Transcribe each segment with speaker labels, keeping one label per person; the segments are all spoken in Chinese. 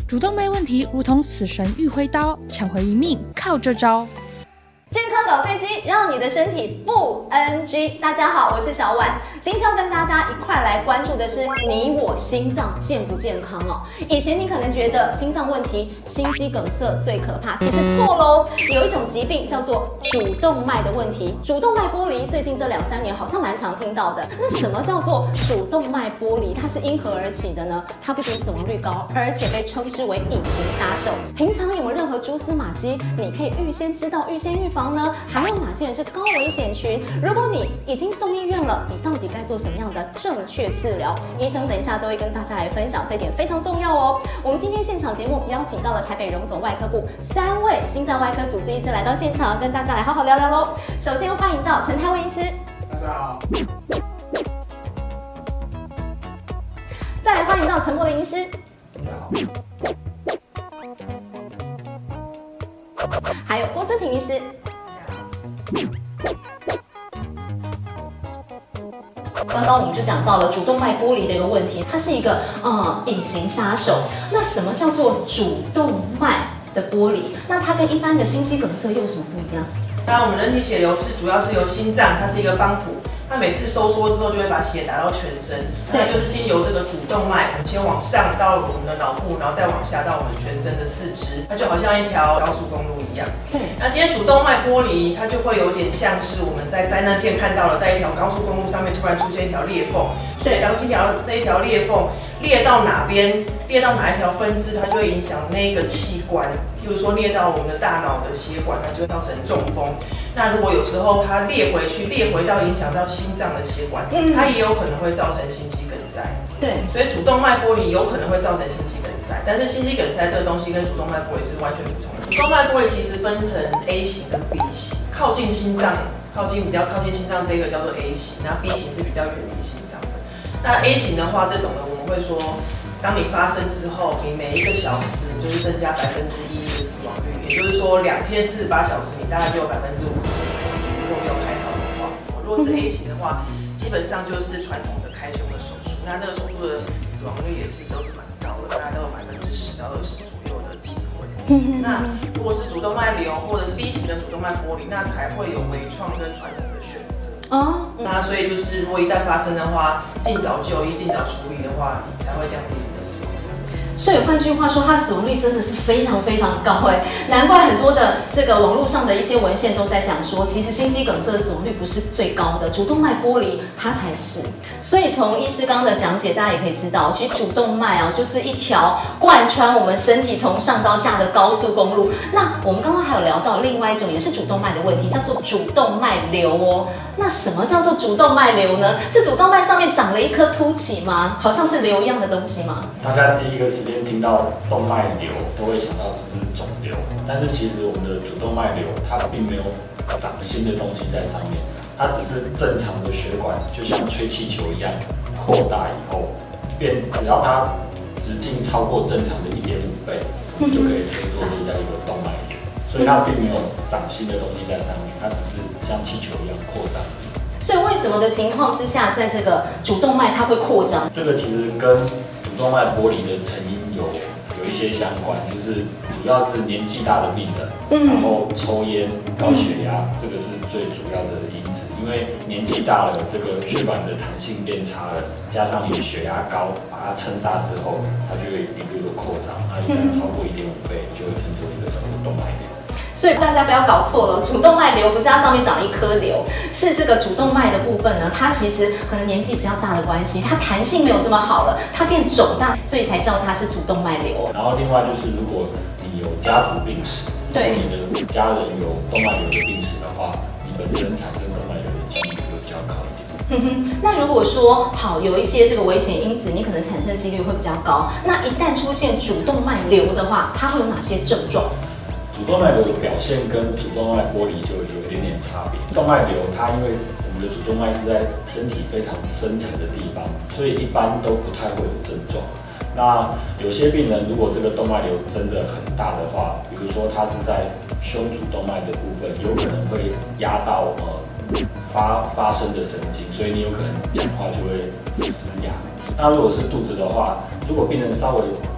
Speaker 1: 主动脉问题如同死神遇挥刀，抢回一命靠这招。
Speaker 2: 健康搞飞机，让你的身体不 NG。大家好，我是小婉，今天要跟大家一块来关注的是你我心脏健不健康哦。以前你可能觉得心脏问题、心肌梗塞最可怕，其实错喽。有一种疾病叫做主动脉的问题，主动脉剥离，最近这2-3年好像蛮常听到的。那什么叫做主动脉剥离？它是因何而起的呢？它不仅死亡率高，而且被称之为隐形杀手。平常有没有任何蛛丝马迹，你可以预先知道、预先预防呢？还有哪些人是高危险群？如果你已经送医院了，你到底该做什么样的正确治疗？医生等一下都会跟大家来分享，这点非常重要哦。我们今天现场节目邀请到了台北荣总外科部3位心脏外科主治医师来到现场，跟大家来好好聊聊喽。首先欢迎到陈泰威医师，
Speaker 3: 大家好。
Speaker 2: 再来欢迎到陈柏霖医师，
Speaker 3: 大家好。
Speaker 2: 还有郭姿婷医师。刚刚我们就讲到了主动脉剥离的一个问题，它是一个隐形杀手。那什么叫做主动脉的剥离？那它跟一般的心肌梗塞又有什么不一样？
Speaker 3: 那我们人体血流是主要是由心脏，它是一个帮浦。它每次收缩之后，就会把血打到全身，那就是经由这个主动脉，先往上到我们的脑部，然后再往下到我们全身的四肢，它就好像一条高速公路一样。对。那今天主动脉剥离，它就会有点像是我们在灾难片看到了，在一条高速公路上面突然出现一条裂缝。对。当这一条裂缝裂到哪边，裂到哪一条分支，它就会影响那一个器官。譬如说裂到我们的大脑的血管，它就会造成中风。那如果有时候它裂回到影响到心脏的血管，它也有可能会造成心肌梗塞。对，所以主动脉剥离有可能会造成心肌梗塞，但是心肌梗塞这个东西跟主动脉剥离是完全不同的。主动脉剥离其实分成 A 型跟 B 型，比较靠近心脏这个叫做 A 型，那 B 型是比较远离心脏的。那 A 型的话，这种呢我们会说，当你发生之后，你每1个小时就是增加1%的死亡率，也就是说2天48小时，你大概就有50%的死亡率。如果没有开刀的话，如果是 A 型的话，基本上就是传统的开胸的手术，那这个手术的死亡率都是蛮高的，大概都有10%到20%左右的机会。那如果是主动脉瘤或者是 B 型的主动脉剥离，那才会有微创跟传统的选择。那所以就是如果一旦发生的话，尽早就医、尽早处理的话，才会降低你的死亡率。
Speaker 2: 所以换句话说，它死亡率真的是非常非常高哎，难怪很多的这个网络上的一些文献都在讲说，其实心肌梗塞的死亡率不是最高的，主动脉剥离它才是。所以从医师刚刚的讲解，大家也可以知道，其实主动脉就是一条贯穿我们身体从上到下的高速公路。那我们刚刚还有聊到另外一种也是主动脉的问题，叫做主动脉瘤哦。那什么叫做主动脉瘤呢？是主动脉上面长了一颗凸起吗？好像是瘤一样的东西吗？
Speaker 4: 大家第一个时间听到动脉瘤都会想到是不是肿瘤，但是其实我们的主动脉瘤它并没有长新的东西在上面，它只是正常的血管就像吹气球一样扩大以后，只要它直径超过正常的1.5倍，就可以称作这叫一个动脉瘤。所以它并没有长新的东西在上面，它只是像气球一样扩张。
Speaker 2: 所以为什么的情况之下，在这个主动脉它会扩张？
Speaker 4: 这个其实跟主动脉剥离的成因有一些相关，就是主要是年纪大的病人，然后抽烟、高血压，这个是最主要的因子。因为年纪大了，这个血管的弹性变差了，加上你血压高，把它撑大之后，它就会一路的扩张，那一旦超过1.5倍，就会称作一个叫做动脉瘤。
Speaker 2: 所以大家不要搞错了，主动脉瘤不是它上面长了一颗瘤，是这个主动脉的部分呢，它其实可能年纪比较大的关系，它弹性没有这么好了，它变肿大，所以才叫它是主动脉瘤。
Speaker 4: 然后另外就是，如果你有家族病史，对，你的家人有动脉瘤的病史的话，你本身产生动脉瘤的几率会比较高一点。
Speaker 2: 那如果说好有一些这个危险因子，你可能产生的几率会比较高。那一旦出现主动脉瘤的话，它会有哪些症状？
Speaker 4: 主动脉瘤的表现跟主动脉剥离就有一点点差别。动脉瘤它因为我们的主动脉是在身体非常深层的地方，所以一般都不太会有症状。那有些病人如果这个动脉瘤真的很大的话，比如说它是在胸主动脉的部分，有可能会压到发声的神经，所以你有可能讲话就会嘶哑。那如果是肚子的话，如果病人稍微比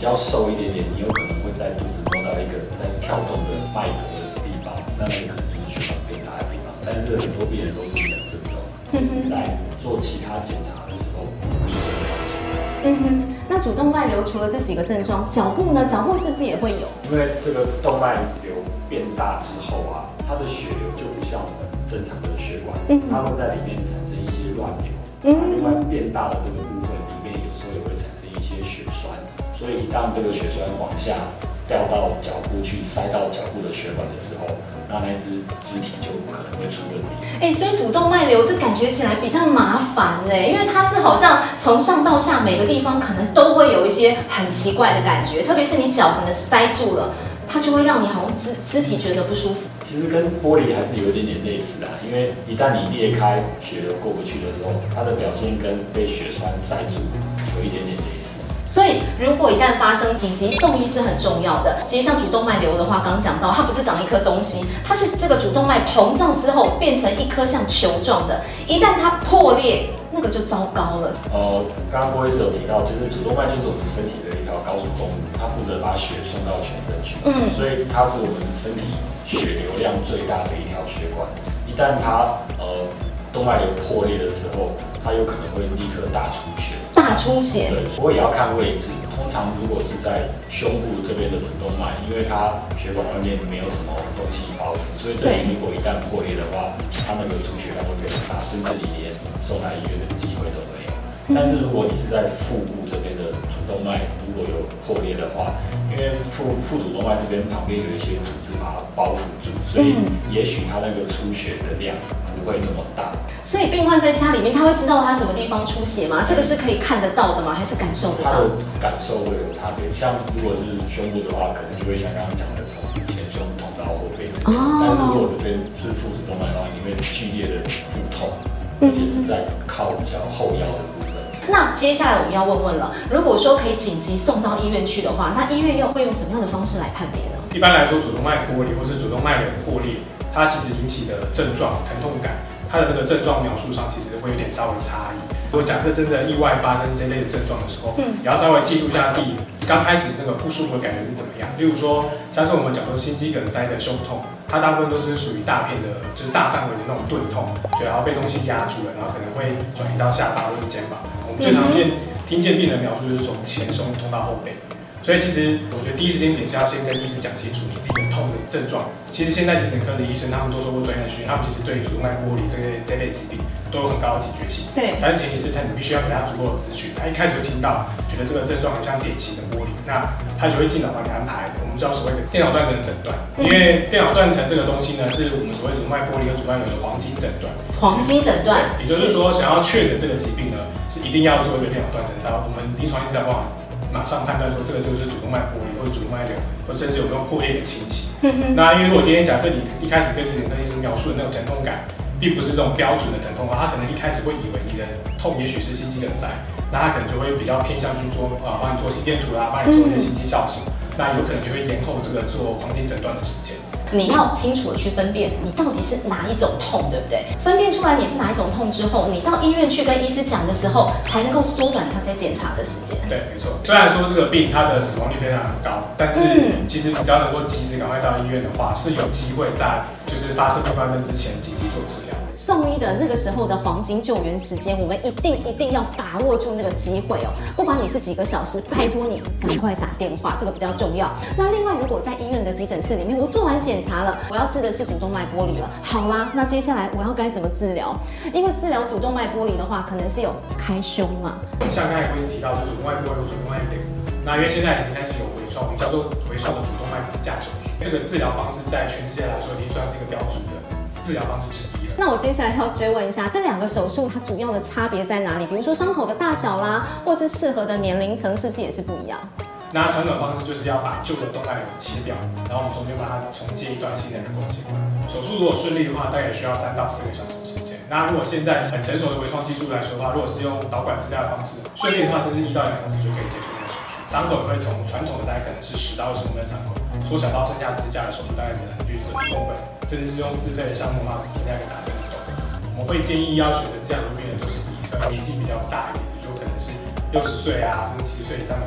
Speaker 4: 较瘦一点点，你有可能会在肚子摸到一个在跳动的脉搏的地方，那个可能就是血管变大的地方。但是很多病人都是没有症状，在做其他检查的时候没有这个发现。
Speaker 2: 那主动脉瘤除了这几个症状，脚部呢？脚部是不是也会有？
Speaker 4: 因为这个动脉瘤变大之后啊，它的血流就不像我们正常的血管，它会在里面产生一些乱流。另外变大的这个部分里面有时候也会产生一些血栓，所以一旦这个血栓往下掉到脚部去，塞到脚部的血管的时候，那只肢体就可能会出问题。
Speaker 2: 所以主动脉瘤这感觉起来比较麻烦呢，因为它是好像从上到下每个地方可能都会有一些很奇怪的感觉，特别是你脚可能塞住了，它就会让你好像肢体觉得不舒服。
Speaker 4: 其实跟玻璃还是有一点点类似啊，因为一旦你裂开，血流过不去的时候，它的表现跟被血栓塞住有一点点类似。
Speaker 2: 所以，如果一旦发生紧急送医是很重要的。其实像主动脉瘤的话，刚刚讲到，它不是长一颗东西，它是这个主动脉膨胀之后变成一颗像球状的，一旦它破裂，那个就糟糕了。
Speaker 4: 刚刚郭医师有提到，就是主动脉就是我们身体的一条高速公路，它负责把血送到全身去，所以它是我们身体血流量最大的一条血管。一旦它动脉瘤破裂的时候，它有可能会立刻大出血。
Speaker 2: 大出血。
Speaker 4: 对，不过也要看位置。通常如果是在胸部这边的主动脉，因为它血管外面没有什么东西包住，所以这里如果一旦破裂的话，它那个出血量会非常大，甚至你连送来医院的机会都没有。但是如果你是在腹部这边的主动脉如果有破裂的话，因为腹主动脉这边旁边有一些组织把它包覆住，所以也许它那个出血的量不会那么大。
Speaker 2: 所以病患在家里面，他会知道他什么地方出血吗？这个是可以看得到的吗？还是感受得到？
Speaker 4: 他的感受会有差别。像如果是胸部的话，可能就会像刚刚讲的从前胸痛到后背这边。但是如果这边是腹主动脉的话，你会剧烈的腹痛，而且是在靠比较后腰的部分。
Speaker 2: 那接下来我们要问了，如果说可以紧急送到医院去的话，那医院又会用什么样的方式来判别呢？
Speaker 5: 一般来说，主动脉剥离或是主动脉瘤破裂，它其实引起的症状、疼痛感，它的那个症状描述上其实会有点稍微差异。如果假设真的意外发生这类的症状的时候，也要稍微记录一下自己刚开始那个不舒服的感觉是怎么样。例如说，像是我们讲说心肌梗塞的胸痛，它大部分都是属于大片的，就是大范围的那种钝痛，就然后被东西压住了，然后可能会转移到下巴或者肩膀。我们最常听见病人描述就是从前胸痛到后背。所以其实我觉得第一时间点是要先跟医师讲清楚你自己的痛的症状。其实现在急诊科的医生他们都受过专业的训练，他们其实对主动脉剥离这类疾病都有很高的警觉性。
Speaker 2: 对。
Speaker 5: 但是前提是你必须要给他足够的资讯。他一开始就听到觉得这个症状很像典型的剥离，那他就会尽早帮你安排我们叫所谓的电脑断层的诊断。因为电脑断层这个东西呢，是我们所谓主动脉剥离和主动脉瘤的黄金诊断。
Speaker 2: 黄金诊断。
Speaker 5: 也就是说，想要确诊这个疾病呢，是一定要做一个电脑断层，然后我们临床医师要帮马上判断说这个就是主动脉剥离或者主动脉瘤，或者甚至有没有破裂的侵袭。那因为如果今天假设你一开始跟急诊科医生描述的那种疼痛感，并不是这种标准的疼痛的话，他可能一开始会以为你的痛也许是心肌梗塞，那他可能就会比较偏向去做帮你做心电图啦，帮你做一些心肌酵素，那有可能就会延后这个做黄金诊断的时间。
Speaker 2: 你要清楚的去分辨你到底是哪一种痛，对不对？分辨出来你是哪一种痛之后，你到医院去跟医师讲的时候，才能够缩短他在检查的时间。
Speaker 5: 对，没错。虽然说这个病它的死亡率非常高，但是其实你只要能够及时赶快到医院的话，是有机会在就是发生并发症之前紧急做治疗。
Speaker 2: 送医的那个时候的黄金救援时间，我们一定要把握住那个机会哦。不管你是几个小时，拜托你赶快打电话，这个比较重要。那另外，如果在医院的急诊室里面，我做完检查了，我要治的是主动脉剥离了，好啦，那接下来我要该怎么治疗？因为治疗主动脉剥离的话，可能是有开胸嘛。
Speaker 5: 像刚才郭医师提到的主动脉剥离和主动脉瘤，那因为现在已经开始有微创，我们叫做微创的主动脉支架手术，这个治疗方式在全世界来说，已经算是一个标准的治疗方式之一了。
Speaker 2: 那我接下来要追问一下，这两个手术它主要的差别在哪里？比如说伤口的大小啦，或者适合的年龄层是不是也是不一样？
Speaker 5: 那传统方式就是要把旧的动脉瘤切掉，然后我们中间把它重接一段新的人工血管。手术如果顺利的话，大概也需要3到4个小时的时间。那如果现在很成熟的微创技术来说的话，如果是用导管支架的方式，顺利的话，甚至1到2小时就可以结束这个手术。伤口也会从传统的大概可能是10到20公分伤口，缩小到剩下支架的手术大概可能就是1公分，甚至是用自费的项目方式支架给打这个洞。我们会建议要选择这样的病人都是比年纪比较大一点，就可能是60岁啊，甚至70岁以上的病人。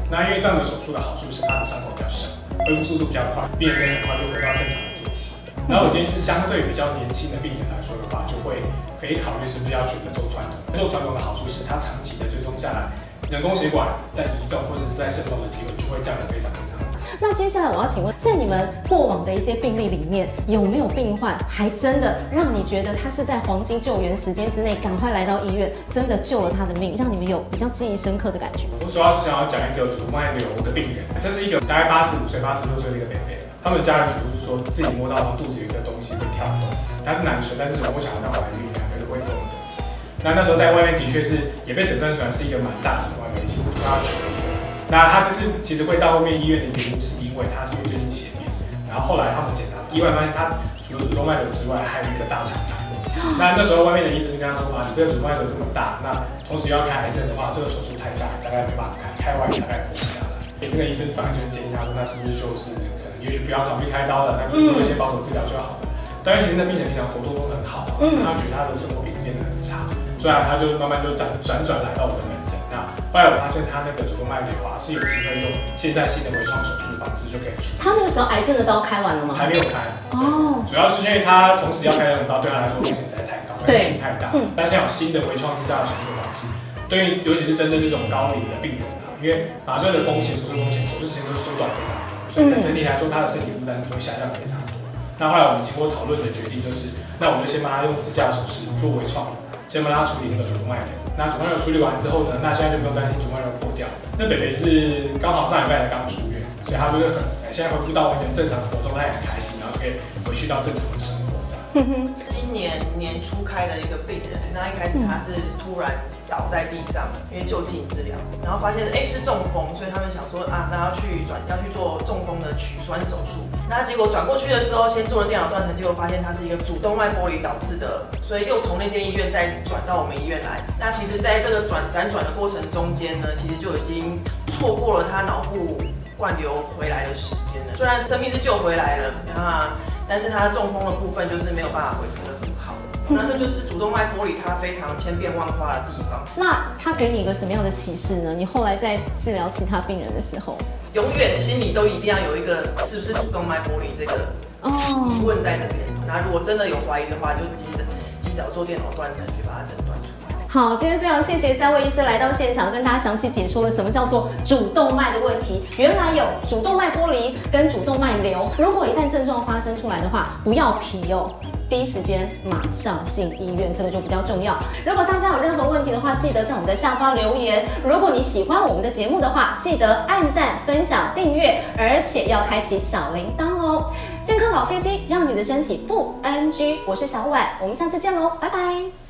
Speaker 5: 那因为这样的手术的好处是它的伤口比较小，恢复速度比较快，病人可以很快就回到正常的作息。然后我今天是相对比较年轻的病人来说的话，就会可以考虑是不是要选择做传统。做传统的好处是它长期的追踪下来，人工血管在移动或者是在渗漏的机会就会降得非常非常。
Speaker 2: 那接下来我要请问，在你们过往的一些病例里面，有没有病患还真的让你觉得他是在黄金救援时间之内赶快来到医院，真的救了他的命，让你们有比较记忆深刻的感觉？
Speaker 5: 我主要是想要讲一个主动脉瘤的病人，这是一个大概85岁、86岁的一个伯伯，他们家人主诉说自己摸到肚子有一个东西会跳动，他是男生，但是我想要怀孕两个人会动的东西。那时候在外面的确是也被诊断出来是一个蛮大的主动脉瘤，几乎都要处理。那他这次其实会到后面医院的原因，是因为他是不是最近血便，然后后来他们检查，意外发现他除了主动脉瘤之外，还有一个大肠癌。那时候外面的医生就跟他说啊，你这个主动脉瘤这么大，那同时又要开癌症的话，这个手术太大，大概没办法开外面大概活不下来。那个医生反正就是建议他说，那是不是就是可能也许不要考虑开刀了，那就做一些保守治疗就好了。但是其实那病人平常活动都很好，他觉得他的生活品质变得很差，所以他就慢慢就转来到我的门诊。后来我发现他那个主动脉瘤啊是有机会用现在新的微创手术的方式就可以处理。
Speaker 2: 他那个时候癌症的刀开完了吗？
Speaker 5: 还没有开
Speaker 2: 哦，
Speaker 5: 主要是因为他同时要开两刀，对他来说风险实在太高，风险太大。但现在有新的微创支架的手术方式，对于尤其是针对这种高龄的病人啊，因为麻醉的风险、手术风险、手术时间都缩短非常多，所以整体来说他的身体负担就会下降非常多。那后来我们经过讨论的决定就是，那我们就先帮他用支架手术做微创，先帮他处理那个主动脉瘤。那主动脉瘤处理完之后呢，那现在就不用担心主动脉瘤破掉。那北北是刚好上礼拜才刚出院，所以他就是现在恢复到完全正常的活动，他也很开心，然后可以回去到正常的生活这样。
Speaker 3: 今年年初开的一个病人，那一开始他是突然倒在地上，因为就近治疗，然后发现是中风，所以他们想说啊，那要去做中风的取栓手术。那结果转过去的时候，先做了电脑断层，结果发现它是一个主动脉剥离导致的，所以又从那间医院再转到我们医院来。那其实在这个辗转的过程中间呢，其实就已经错过了他脑部灌流回来的时间了。虽然生命是救回来了，但是他中风的部分就是没有办法恢复得很好。那这就是主动脉剥离它非常千变万化的地方。
Speaker 2: 那他给你一个什么样的启示呢？你后来在治疗其他病人的时候，
Speaker 3: 永远心里都一定要有一个是不是主动脉剥离这个疑问在这边。那如果真的有怀疑的话，就及早做电脑断层去把它诊断出来。
Speaker 2: 好，今天非常谢谢3位医师来到现场，跟大家详细解说了什么叫做主动脉的问题。原来有主动脉剥离跟主动脉瘤，如果一旦症状发生出来的话，不要皮哦。第一时间马上进医院，这个就比较重要。如果大家有任何问题的话，记得在我们的下方留言。如果你喜欢我们的节目的话，记得按赞、分享、订阅，而且要开启小铃铛哦。健康老飞机，让你的身体不 NG。我是小婉，我们下次见喽，拜拜。